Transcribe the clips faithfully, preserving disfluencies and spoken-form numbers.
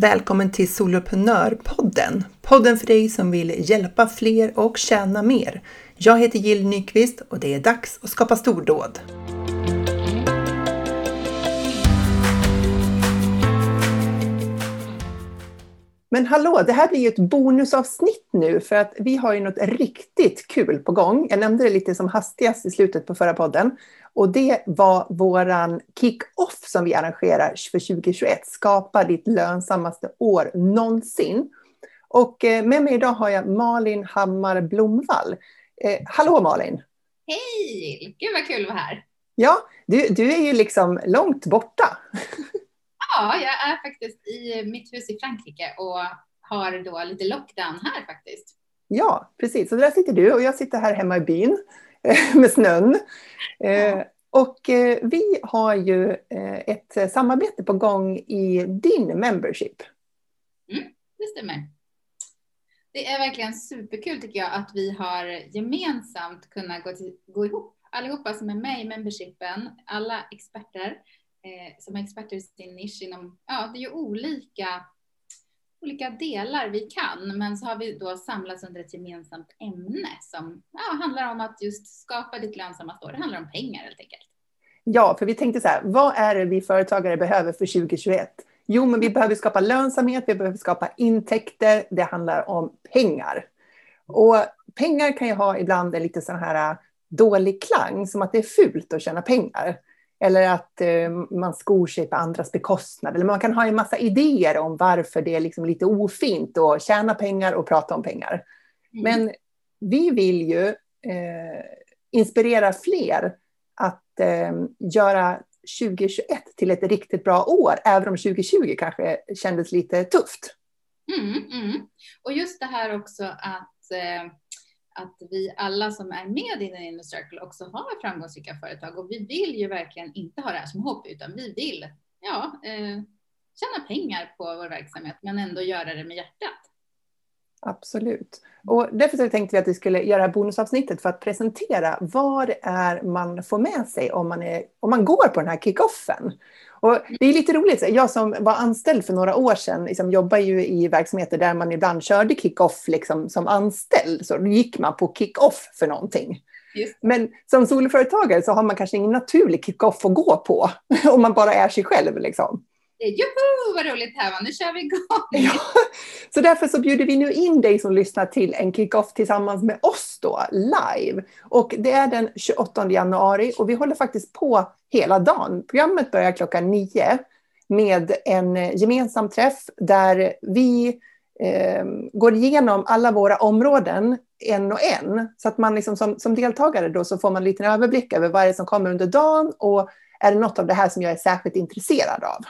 Välkommen till Soloprenörpodden. Podden för dig som vill hjälpa fler och tjäna mer. Jag heter Jill Nyqvist och det är dags att skapa stordåd. Men hallå, det här blir ju ett bonusavsnitt nu för att vi har ju något riktigt kul på gång. Jag nämnde det lite som hastigast i slutet på förra podden. Och det var våran kick-off som vi arrangerar för tjugohundratjugoett. Skapa ditt lönsammaste år någonsin. Och med mig idag har jag Malin Hammar Blomvall. Eh, hallå Malin! Hej! Gud vad kul att vara här. Ja, du, du är ju liksom långt borta. Ja, jag är faktiskt i mitt hus i Frankrike och har då lite lockdown här faktiskt. Ja, precis. Så där sitter du och jag sitter här hemma i byn med snön. Ja. Och vi har ju ett samarbete på gång i din membership. Mm, det stämmer. Det är verkligen superkul tycker jag att vi har gemensamt kunnat gå, till, gå ihop. Allihopa som är med i membershipen, alla experter. Eh, som är experter i sin nisch inom, ja det är ju olika, olika delar vi kan, men så har vi då samlats under ett gemensamt ämne som ja, handlar om att just skapa ditt lönsammaste år. Det handlar om pengar helt enkelt. Ja, för vi tänkte så här, vad är det vi företagare behöver för tjugohundratjugoett? Jo, men vi behöver skapa lönsamhet, vi behöver skapa intäkter, det handlar om pengar. Och pengar kan ju ha ibland en lite sån här dålig klang, som att det är fult att tjäna pengar. Eller att eh, man skor sig på andras bekostnad. Eller man kan ha en massa idéer om varför det är liksom lite ofint att tjäna pengar och prata om pengar. Mm. Men vi vill ju eh, inspirera fler att eh, göra tjugohundratjugoett till ett riktigt bra år. Även om tjugohundratjugo kanske kändes lite tufft. Mm, mm. Och just det här också att... Eh... att vi alla som är med i den Inner Circle också har framgångsrika företag. Och vi vill ju verkligen inte ha det här som hobby, utan vi vill ja, eh, tjäna pengar på vår verksamhet, men ändå göra det med hjärtat. Absolut. Och därför så tänkte vi att vi skulle göra det här bonusavsnittet för att presentera vad det är man får med sig om man, är, om man går på den här kick-offen. Och det är lite roligt, jag som var anställd för några år sedan liksom, jobbar ju i verksamheter där man ibland körde kick-off liksom, som anställd. Så då gick man på kick-off för någonting. Just. Men som soloföretagare så har man kanske ingen naturlig kick-off att gå på om man bara är sig själv. Liksom. Joho, vad roligt här va, nu kör vi igång. Ja, så därför så bjuder vi nu in dig som lyssnar till en kick-off tillsammans med oss då, live. Och det är den tjugoåttonde januari och vi håller faktiskt på hela dagen. Programmet börjar klockan nio med en gemensam träff där vi eh, går igenom alla våra områden en och en. Så att man liksom som, som deltagare då så får man en liten överblick över vad det är som kommer under dagen och är det något av det här som jag är särskilt intresserad av.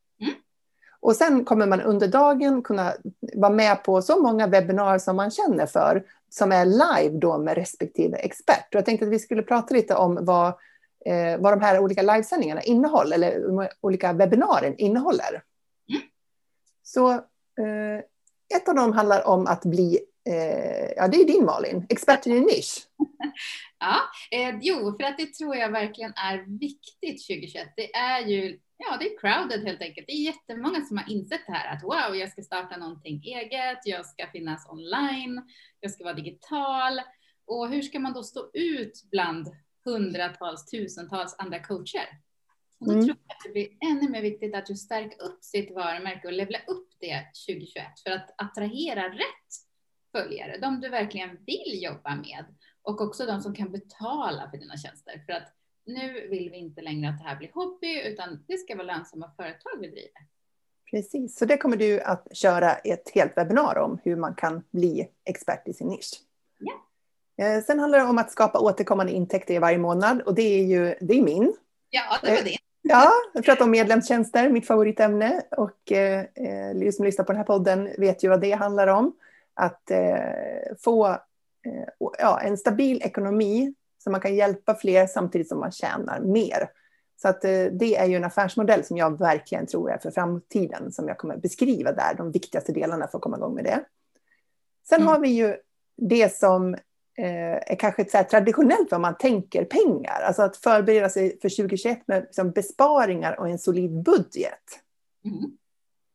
Och sen kommer man under dagen kunna vara med på så många webbinarier som man känner för, som är live då med respektive expert. Och jag tänkte att vi skulle prata lite om vad, eh, vad de här olika livesändningarna innehåller, eller olika webbinarier innehåller. Mm. Så eh, ett av dem handlar om att bli, eh, ja det är din Malin, expert i din nisch. Ja, eh, jo, för att det tror jag verkligen är viktigt tjugohundratjugoett. Det är ju Ja, det är crowded helt enkelt. Det är jättemånga som har insett det här att wow, jag ska starta någonting eget, jag ska finnas online, jag ska vara digital. Och hur ska man då stå ut bland hundratals, tusentals andra coacher? Och då mm. tror jag att det blir ännu mer viktigt att just stärka upp sitt varumärke och levla upp det tjugohundratjugoett för att attrahera rätt följare, de du verkligen vill jobba med och också de som kan betala för dina tjänster. För att nu vill vi inte längre att det här blir hobby utan det ska vara lönsamma företag vi driver. Precis, så det kommer du att köra ett helt webbinar om hur man kan bli expert i sin nisch. Ja. Sen handlar det om att skapa återkommande intäkter i varje månad och det är ju det är min. Ja, det var det. Ja, jag pratar om medlemstjänster, mitt favoritämne och eh, du som lyssnar på den här podden vet ju vad det handlar om. Att eh, få eh, ja, en stabil ekonomi så man kan hjälpa fler samtidigt som man tjänar mer. Så att eh, det är ju en affärsmodell som jag verkligen tror är för framtiden. Som jag kommer beskriva där, de viktigaste delarna för att komma igång med det. Sen mm. har vi ju det som eh, är kanske ett så här traditionellt vad man tänker pengar. Alltså att förbereda sig för tjugohundratjugoett med liksom, besparingar och en solid budget. Mm.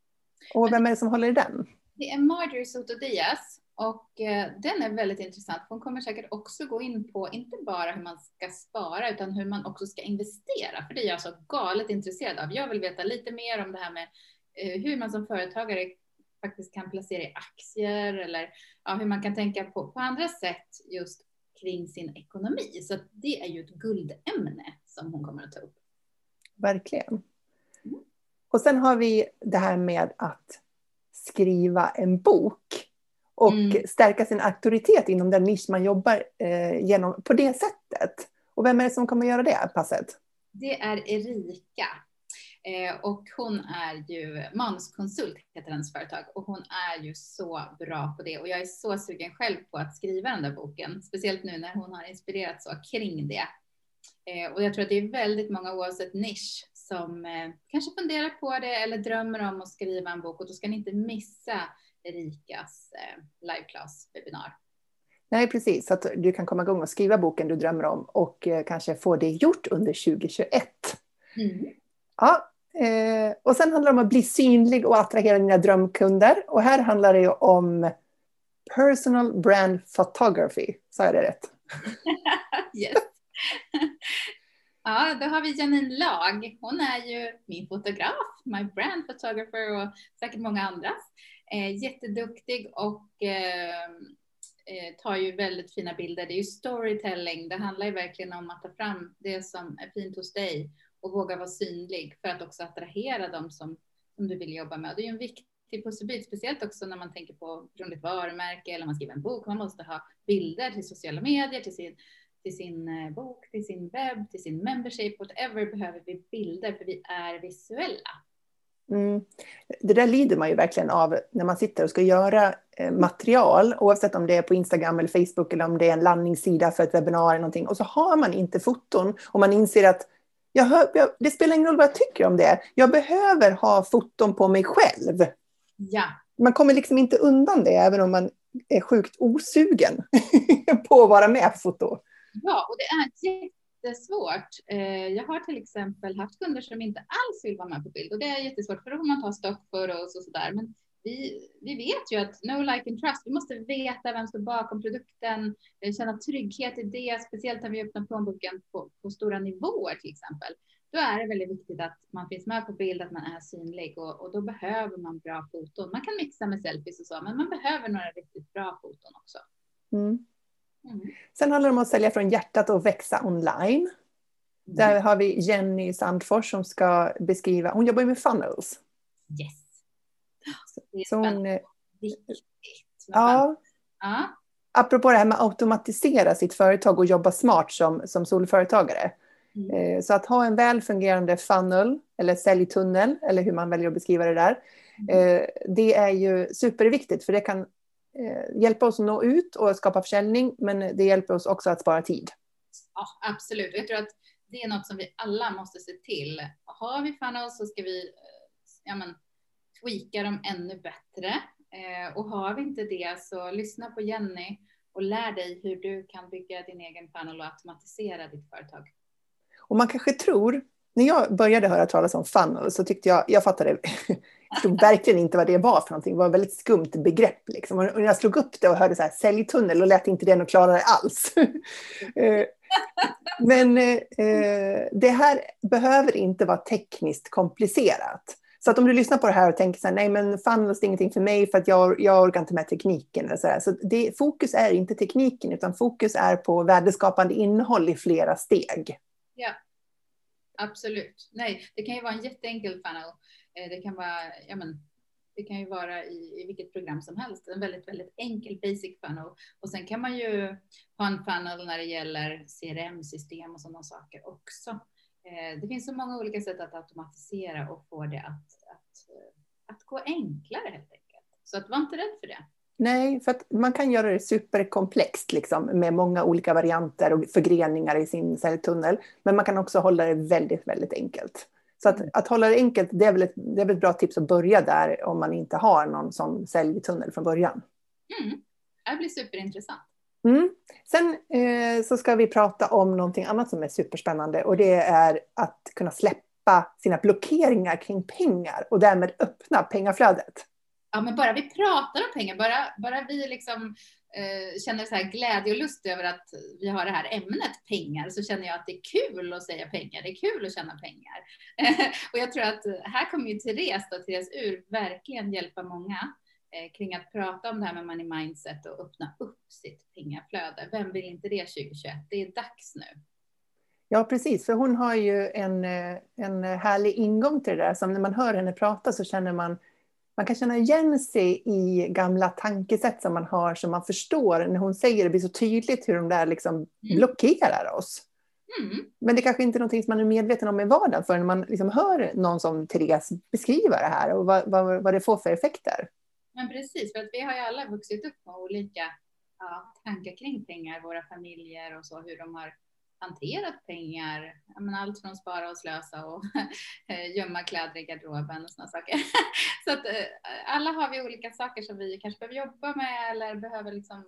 Och vem är det som håller i den? Det är Marjorie Soto Diaz och eh, den är väldigt intressant. Hon kommer säkert också gå in på inte bara hur man ska spara utan hur man också ska investera. För det är jag så galet intresserad av. Jag vill veta lite mer om det här med eh, hur man som företagare faktiskt kan placera i aktier eller ja, hur man kan tänka på, på andra sätt just kring sin ekonomi. Så det är ju ett guldämne som hon kommer att ta upp. Verkligen. Mm. Och sen har vi det här med att skriva en bok och mm. stärka sin auktoritet inom den nisch man jobbar eh, genom på det sättet. Och vem är det som kommer göra det passet? Det är Erika. Eh, och hon är ju manskonsult, heter hennes företag. Och hon är ju så bra på det. Och jag är så sugen själv på att skriva den där boken. Speciellt nu när hon har inspirerat så kring det. Eh, och jag tror att det är väldigt många oavsett nisch som eh, kanske funderar på det eller drömmer om att skriva en bok. Och då ska ni inte missa Erikas eh, liveclass-webinar. Nej, precis. Så att du kan komma igång och skriva boken du drömmer om. Och eh, kanske få det gjort under tjugohundratjugoett. Mm. Ja, eh, och sen handlar det om att bli synlig och attrahera dina drömkunder. Och här handlar det ju om personal brand photography. Sa jag det rätt? Yes. Ja, då har vi Janine Lag. Hon är ju min fotograf, my brand photographer och säkert många andras. Eh, jätteduktig och eh, tar ju väldigt fina bilder. Det är ju storytelling. Det handlar ju verkligen om att ta fram det som är fint hos dig och våga vara synlig för att också attrahera dem som, som du vill jobba med. Och det är ju en viktig pusselbit, speciellt också när man tänker på personligt varumärke eller man skriver en bok. Man måste ha bilder till sociala medier, till sin, till sin bok, till sin webb, till sin membership, whatever behöver vi bilder för vi är visuella. Mm. Det där lider man ju verkligen av när man sitter och ska göra eh, material, oavsett om det är på Instagram eller Facebook eller om det är en landningssida för ett webbinar eller någonting. Och så har man inte foton och man inser att jag hör, jag, det spelar ingen roll vad jag tycker om det. Jag behöver ha foton på mig själv. Ja. Man kommer liksom inte undan det även om man är sjukt osugen på att vara med på foto. Ja, och det är jättesvårt. Jag har till exempel haft kunder som inte alls vill vara med på bild. Och det är jättesvårt för då får man ta stock för oss och sådär. Men vi, vi vet ju att no, like and trust. Vi måste veta vem står bakom produkten. Känna trygghet i det. Speciellt när vi öppnar plånboken på, på stora nivåer till exempel. Då är det väldigt viktigt att man finns med på bild, att man är synlig. Och, och då behöver man bra foton. Man kan mixa med selfies och så. Men man behöver några riktigt bra foton också. Mm. Mm. Sen handlar det om att sälja från hjärtat och växa online. Mm. Där har vi Jenny Sandfors som ska beskriva, hon jobbar ju med funnels. Yes. Det är så hon, viktigt. Ja. ja. Apropå det här med att automatisera sitt företag och jobba smart som, som solföretagare. Mm. Så att ha en väl fungerande funnel eller säljtunnel eller hur man väljer att beskriva det där. Mm. Det är ju superviktigt för det kan hjälpa oss att nå ut och skapa försäljning, men det hjälper oss också att spara tid. Ja, absolut. Jag tror att det är något som vi alla måste se till. Har vi funnels så ska vi ja, men, tweaka dem ännu bättre. Och har vi inte det så lyssna på Jenny och lär dig hur du kan bygga din egen funnel och automatisera ditt företag. Och man kanske tror, när jag började höra talas om funnel så tyckte jag, jag fattade jag förstod verkligen inte vad det var för någonting. Det var ett väldigt skumt begrepp. Liksom. Och när jag slog upp det och hörde så här, säljtunnel och lät inte det något klarare alls. Men eh, det här behöver inte vara tekniskt komplicerat. Så att om du lyssnar på det här och tänker så här, nej men funnels är ingenting för mig för att jag, jag orkar inte med tekniken. Eller så här. Så det, fokus är inte tekniken utan fokus är på värdeskapande innehåll i flera steg. Ja, absolut. Nej, det kan ju vara en jätteenkel funnel. Det kan vara, ja men, det kan ju vara i, i vilket program som helst. En väldigt, väldigt enkel basic funnel. Och sen kan man ju ha en funnel när det gäller C R M-system och sådana saker också. Det finns så många olika sätt att automatisera och få det att, att, att gå enklare helt enkelt. Så att var inte rädd för det. Nej, för att man kan göra det superkomplext liksom, med många olika varianter och förgreningar i sin säljtunnel. Men man kan också hålla det väldigt, väldigt enkelt. Så att, att hålla det enkelt, det är, väl ett, det är väl ett bra tips att börja där om man inte har någon sån säljtunnel från början. Mm. Det blir superintressant. Mm. Sen eh, så ska vi prata om någonting annat som är superspännande och det är att kunna släppa släppa sina blockeringar kring pengar och därmed öppna pengaflödet. Ja, men bara vi pratar om pengar, bara, bara vi liksom eh, känner så här glädje och lust över att vi har det här ämnet pengar, så känner jag att det är kul att säga pengar. Det är kul att tjäna pengar. Och jag tror att här kommer ju Therese då, Therese Ur, verkligen hjälpa många eh, kring att prata om det här med money mindset och öppna upp sitt pengaflöde. Vem vill inte det tjugohundratjugoett? Det är dags nu. Ja, precis. För hon har ju en, en härlig ingång till det där. Som när man hör henne prata så känner man, man kan känna igen sig i gamla tankesätt som man har, som man förstår när hon säger det, blir så tydligt hur de där liksom mm. blockerar oss. Mm. Men det kanske inte är någonting som man är medveten om i vardagen förrän man liksom hör någon som Therese beskriva det här och vad, vad, vad det får för effekter. Men precis, för att vi har ju alla vuxit upp med olika ja, tankar kring pengar, våra familjer och så, hur de har hanterat pengar, men allt från spara och slösa och gömma kläder i garderoben och såna saker. Så att alla har vi olika saker som vi kanske behöver jobba med eller behöver liksom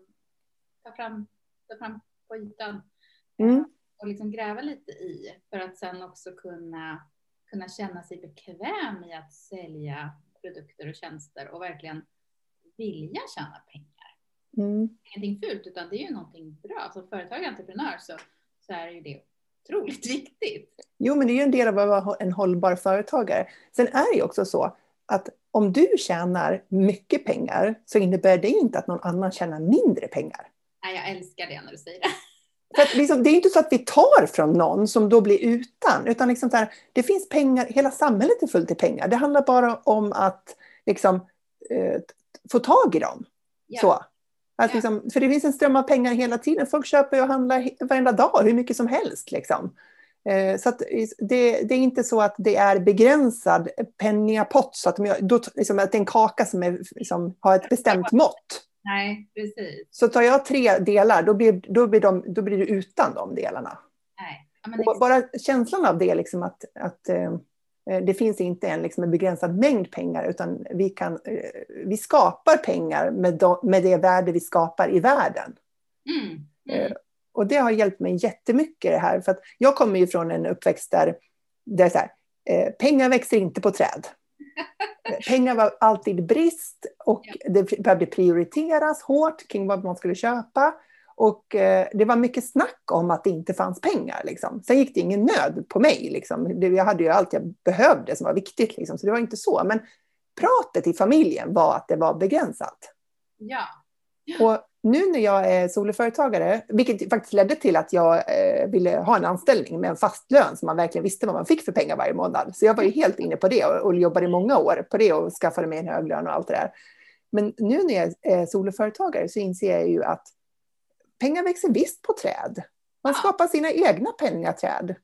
ta fram, ta fram på ytan mm. och liksom gräva lite i för att sen också kunna, kunna känna sig bekväm i att sälja produkter och tjänster och verkligen vilja tjäna pengar. Mm. Ingenting fult, utan det är ju någonting bra. Som företag och entreprenör så så är ju det otroligt viktigt. Jo, men det är ju en del av att vara en hållbar företagare. Sen är det ju också så att om du tjänar mycket pengar så innebär det inte att någon annan tjänar mindre pengar. Nej, jag älskar det när du säger det. För att liksom, det är inte så att vi tar från någon som då blir utan, utan liksom så här, det finns pengar, hela samhället är fullt i pengar. Det handlar bara om att liksom, eh, få tag i dem. Ja. Så. Att liksom, för det finns en ström av pengar hela tiden. Folk köper och handlar varenda dag, hur mycket som helst. Liksom. Eh, så att det, det är inte så att det är begränsad penningapott, så att, de, då, liksom, att det är en kaka som är, liksom, har ett bestämt mått. Nej, precis. Så tar jag tre delar, då blir, då blir, de, då blir det utan de delarna. Nej. Och bara känslan av det, liksom, att, att eh, det finns inte en, liksom, en begränsad mängd pengar, utan vi, kan, vi skapar pengar med, do, med det värde vi skapar i världen. Mm. Mm. Och det har hjälpt mig jättemycket det här. För att jag kommer ju från en uppväxt där, där så här, eh, pengar växer inte på träd. Pengar var alltid brist och det behövde prioriteras hårt kring vad man skulle köpa. Och eh, det var mycket snack om att det inte fanns pengar. Liksom. Sen gick det ingen nöd på mig. Liksom. Det, jag hade ju allt jag behövde som var viktigt. Liksom. Så det var inte så. Men pratet i familjen var att det var begränsat. Ja. Och nu när jag är soloföretagare, vilket faktiskt ledde till att jag eh, ville ha en anställning med en fast lön, så man verkligen visste vad man fick för pengar varje månad. Så jag var ju helt inne på det och, och jobbade många år på det och skaffade mig en hög lön och allt det där. Men nu när jag är soloföretagare så inser jag ju att pengar växer visst på träd. Man ja. skapar sina egna pengaträd.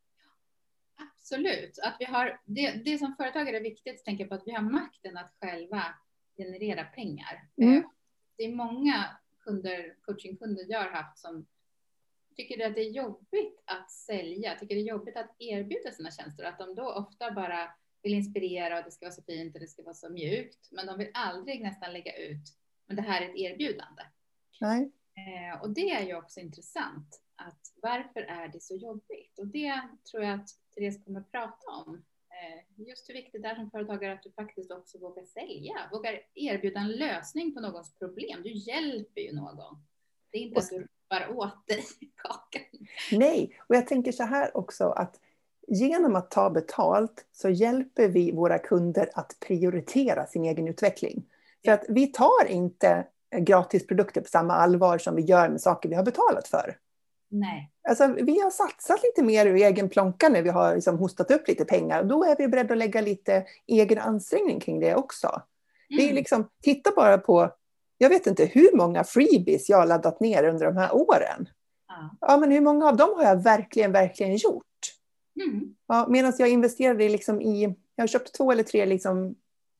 Absolut. Att vi har, det, det som företagare är viktigt att tänka på, att vi har makten att själva generera pengar. Mm. Det är många kunder, coachingkunder jag har haft som tycker att det är jobbigt att sälja, tycker det är jobbigt att erbjuda sina tjänster. Att de då ofta bara vill inspirera och det ska vara så fint och det ska vara så mjukt. Men de vill aldrig nästan lägga ut, men det här är ett erbjudande. Nej. Eh, och det är ju också intressant. Att varför är det så jobbigt? Och det tror jag att Therese kommer att prata om. Eh, just hur viktigt det är som företagare att du faktiskt också vågar sälja. Vågar erbjuda en lösning på någons problem. Du hjälper ju någon. Det är inte att du bara åt dig kakan. Nej, och jag tänker så här också att genom att ta betalt så hjälper vi våra kunder att prioritera sin egen utveckling. För att vi tar inte gratisprodukter på samma allvar som vi gör med saker vi har betalat för. Nej. Alltså, vi har satsat lite mer ur egen plånka när vi har liksom hostat upp lite pengar. Och då är vi beredda att lägga lite egen ansträngning kring det också. Mm. Det är liksom, titta bara på, jag vet inte hur många freebies jag har laddat ner under de här åren. Ja. Ja, men hur många av dem har jag verkligen, verkligen gjort? Mm. Ja, medan jag investerade liksom i, jag har köpt två eller tre liksom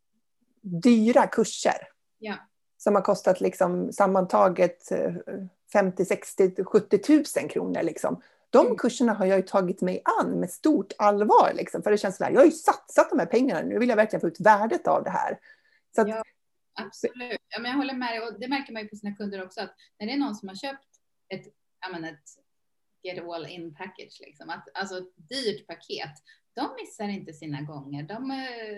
dyra kurser. Ja. Som har kostat liksom sammantaget femtio, sextio, sjuttio tusen kronor. Liksom. De mm. kurserna har jag ju tagit mig an med stort allvar. Liksom, för det känns sådär, jag har ju satsat de här pengarna. Nu vill jag verkligen få ut värdet av det här. Så att, ja, absolut. Ja, men jag håller med dig. Och det märker man ju på sina kunder också. Att när det är någon som har köpt ett, jag menar, ett get all in package. Liksom. Att, alltså dyrt paket. De missar inte sina gånger. De,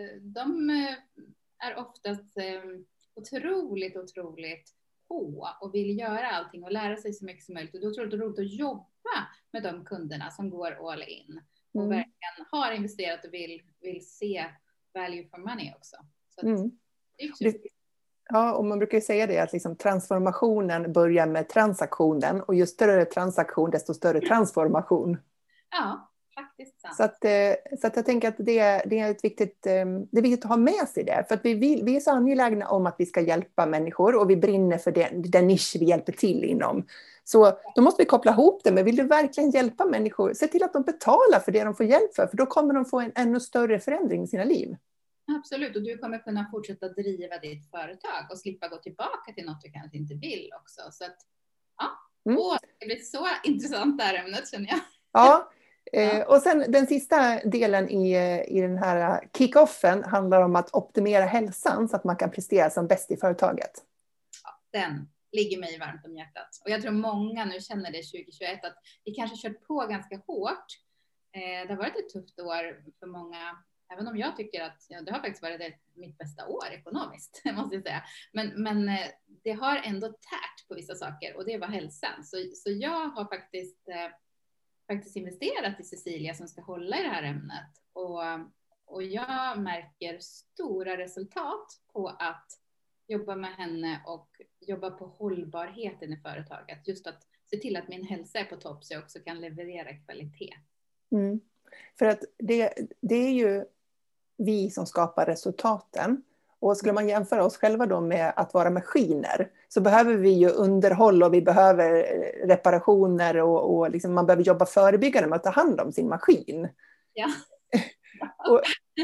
de är oftast otroligt, otroligt på och vill göra allting och lära sig så mycket som möjligt. Och då tror jag det är roligt att jobba med de kunderna som går all in och mm. verkligen har investerat och vill, vill se value for money också. Så att, mm. det är det, ja, och man brukar ju säga det att liksom transformationen börjar med transaktionen och ju större transaktion desto större transformation. Ja, faktiskt sant. Så att, så att jag tänker att det, det är ett viktigt, det är viktigt att ha med sig det. För att vi, vill, vi är så angelägna om att vi ska hjälpa människor och vi brinner för den, den nisch vi hjälper till inom. Så då måste vi koppla ihop det. Men vill du verkligen hjälpa människor, se till att de betalar för det de får hjälp för. För då kommer de få en ännu större förändring i sina liv. Absolut, och du kommer kunna fortsätta driva ditt företag och slippa gå tillbaka till något du kanske inte vill också. Så att, ja, mm. Åh, det blir så intressant det här ämnet känner jag. Ja. Eh, och sen den sista delen i, i den här kick-offen handlar om att optimera hälsan så att man kan prestera som bäst i företaget. Ja, den ligger mig varmt om hjärtat. Och jag tror många nu känner det tjugohundratjugoett att vi kanske kört på ganska hårt. Eh, det har varit ett tufft år för många, även om jag tycker att ja, det har faktiskt varit ett, mitt bästa år ekonomiskt, måste jag säga. Men, men eh, det har ändå tärt på vissa saker och det var hälsan. Så, så jag har faktiskt... Eh, faktiskt investerat i Cecilia som ska hålla i det här ämnet. Och, och jag märker stora resultat på att jobba med henne och jobba på hållbarheten i företaget. Just att se till att min hälsa är på topp så jag också kan leverera kvalitet. Mm. För att det, det är ju vi som skapar resultaten. Och skulle man jämföra oss själva då med att vara maskiner så behöver vi ju underhåll och vi behöver reparationer och, och liksom man behöver jobba förebyggande med att ta hand om sin maskin. Ja. och,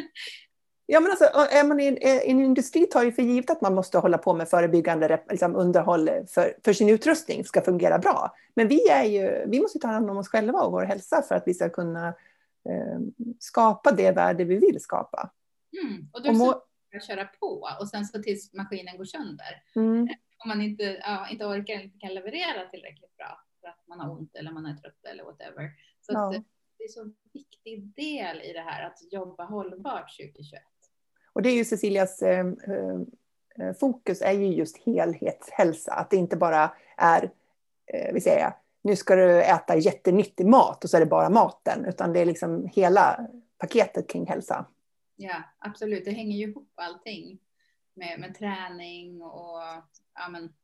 ja men alltså, är man i en industri tar ju för givet att man måste hålla på med förebyggande liksom, underhåll för, för sin utrustning ska fungera bra. Men vi, är ju, vi måste ta hand om oss själva och vår hälsa för att vi ska kunna eh, skapa det värde vi vill skapa. Mm. Och du och må- att köra på och sen så tills maskinen går sönder. Mm. Om man inte, ja, inte orkar eller inte kan leverera tillräckligt bra för att man har ont eller man är trött eller whatever. Så ja. att det är så viktig del i det här att jobba hållbart tjugohundratjugoett. Och det är ju Cecilias eh, eh, fokus är ju just helhetshälsa. Att det inte bara är, eh, vi säger, nu ska du äta jättenyttig mat och så är det bara maten. Utan det är liksom hela paketet kring hälsa. Ja, absolut. Det hänger ju ihop allting med, med träning och ja, men,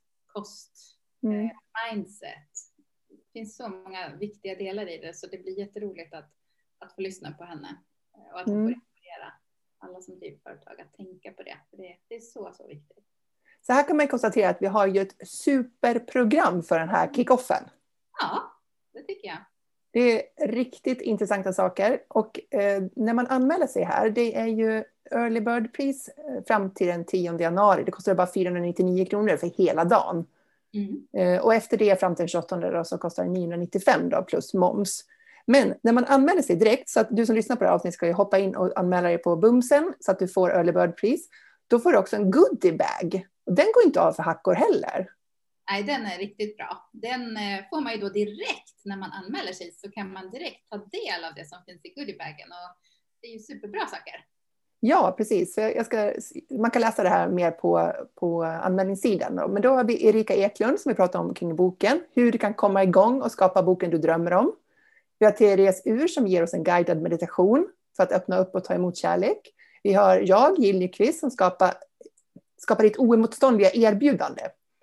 kost, mm. eh, mindset. Det finns så många viktiga delar i det så det blir jätteroligt att, att få lyssna på henne och att hon mm. får inspirera alla som driver företag att tänka på det. För det, det är så, så viktigt. Så här kan man konstatera att vi har ju ett superprogram för den här kickoffen. Ja, det tycker jag. Det är riktigt intressanta saker och eh, när man anmäler sig här, det är ju early bird-pris fram till den tionde januari. Det kostar bara fyrahundranittionio kronor för hela dagen. Mm. Eh, och efter det fram till den tjugoåttonde då, så kostar det niohundranittiofem då, plus moms. Men när man anmäler sig direkt, så att du som lyssnar på det här avsnittet ska ju hoppa in och anmäla dig på Bumsen så att du får early bird-pris. Då får du också en goodie bag. Och den går inte av för hackor heller. Nej, den är riktigt bra. Den får man ju då direkt när man anmäler sig så kan man direkt ta del av det som finns i goodiebagen och det är ju superbra saker. Ja, precis. Jag ska, man kan läsa det här mer på, på anmälningssidan. Då. Men då har vi Erika Eklund som vi pratar om kring boken. Hur du kan komma igång och skapa boken du drömmer om. Vi har Therese Ur som ger oss en guidad meditation för att öppna upp och ta emot kärlek. Vi har jag, Jill Nyqvist, som skapar, skapar ditt oemotståndliga erbjudande.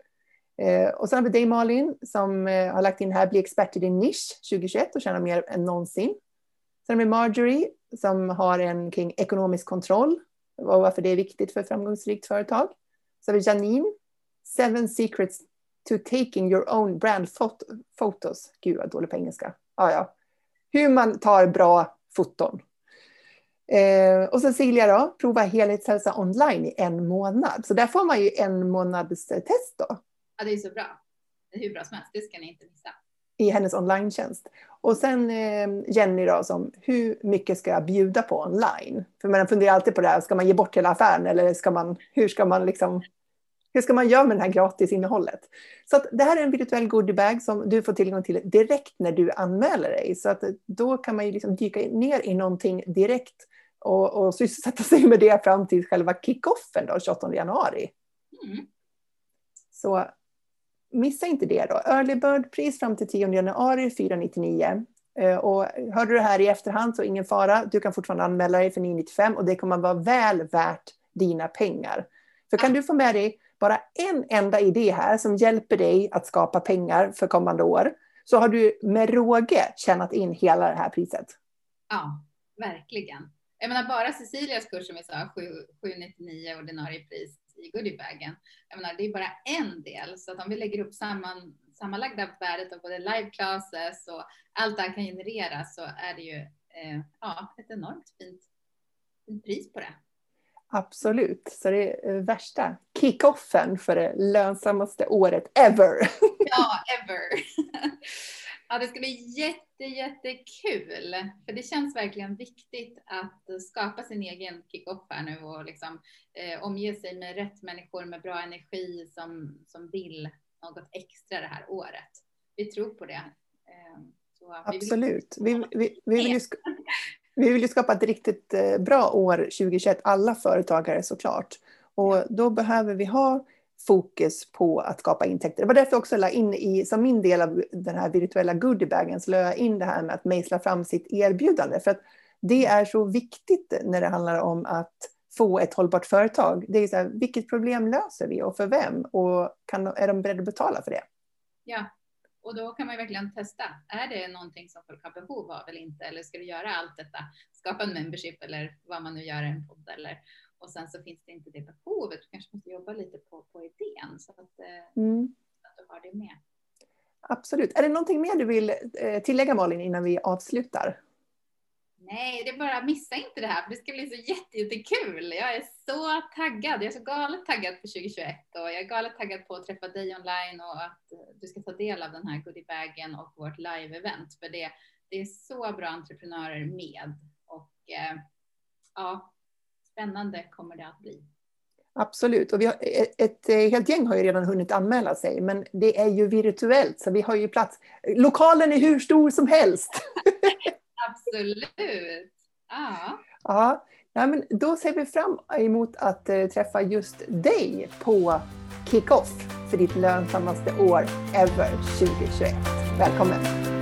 Eh, och sen har vi dig Malin som eh, har lagt in här, bli expert i din nisch tjugohundratjugoett och tjäna mer än någonsin. Sen har vi Marjorie som har en kring ekonomisk kontroll och varför det är viktigt för ett framgångsrikt företag. Så har vi Janine, seven secrets to taking your own brand photo- photos. Gud vad dålig på engelska. Ah, ja. Hur man tar bra foton. Eh, och så Cecilia då, prova helhetshälsa online i en månad. Så där får man ju en månads test då. Ja, det är så bra. Det är hur bra som helst, det ska ni inte missa. I hennes online-tjänst. Och sen eh, Jenny då, som hur mycket ska jag bjuda på online? För man funderar alltid på det här, ska man ge bort hela affären eller ska man, hur ska man liksom Hur ska man göra med det här gratisinnehållet? Så att det här är en virtuell goodiebag som du får tillgång till direkt när du anmäler dig. Så att då kan man ju liksom dyka ner i någonting direkt och, och sysselsätta sig med det fram till själva kickoffen då, tjugoåttonde januari. Mm. Så missa inte det då. Early Bird-pris fram till tionde januari, fyrahundranittionio. Och hörde du det här i efterhand så ingen fara. Du kan fortfarande anmäla dig för niohundranittiofem och det kommer vara väl värt dina pengar. För kan du få med dig bara en enda idé här som hjälper dig att skapa pengar för kommande år, så har du med råge tjänat in hela det här priset. Ja, verkligen. Jag menar bara Cecilias kurs som vi sa, sjuhundranittionio ordinarie pris i goodiebagen. Jag menar det är bara en del, så att om vi lägger upp samman, sammanlagda värdet av både live classes och allt det här kan genereras, så är det ju eh, ja, ett enormt fint, fint pris på det. Absolut, så det är värsta kick-offen för det lönsammaste året ever. Ja, ever. Ja, det ska bli jätte, jättekul. För det känns verkligen viktigt att skapa sin egen kick-off här nu och liksom eh, omge sig med rätt människor med bra energi som, som vill något extra det här året. Vi tror på det. Eh, så Absolut. Vi vill, vi, vi, vi vill ju Vi vill ju skapa ett riktigt bra år tjugohundratjugoett, alla företagare såklart. Och då behöver vi ha fokus på att skapa intäkter. Det var därför jag också la in i, som min del av den här virtuella goodiebagen, så la jag in det här med att mejsla fram sitt erbjudande. För att det är så viktigt när det handlar om att få ett hållbart företag. Det är så här, vilket problem löser vi och för vem? Och kan, är de beredda att betala för det? Ja. Och då kan man ju verkligen testa. Är det någonting som folk har behov av eller inte? Eller ska du göra allt detta? Skapa en membership eller vad man nu gör, en podd eller. Och sen så finns det inte det behovet. Du kanske måste jobba lite på, på idén så att, mm. att du har det med. Absolut. Är det någonting mer du vill tillägga, Malin, innan vi avslutar? Nej, det är bara missa inte det här. För det ska bli så jätte, jättekul. Jag är så taggad. Jag är så galet taggad på tjugohundratjugoett. Och jag är galet taggad på att träffa dig online. Och att du ska ta del av den här goodiebagen och vårt live-event. För det, det är så bra entreprenörer med. Och eh, ja, spännande kommer det att bli. Absolut. Och vi har, ett, ett helt gäng har ju redan hunnit anmäla sig. Men det är ju virtuellt. Så vi har ju plats. Lokalen är hur stor som helst. Absolut. Ja. Ja, ja, men då ser vi fram emot att äh, träffa just dig på Kick-Off för ditt lönsammaste år ever tjugohundratjugoett. Välkommen!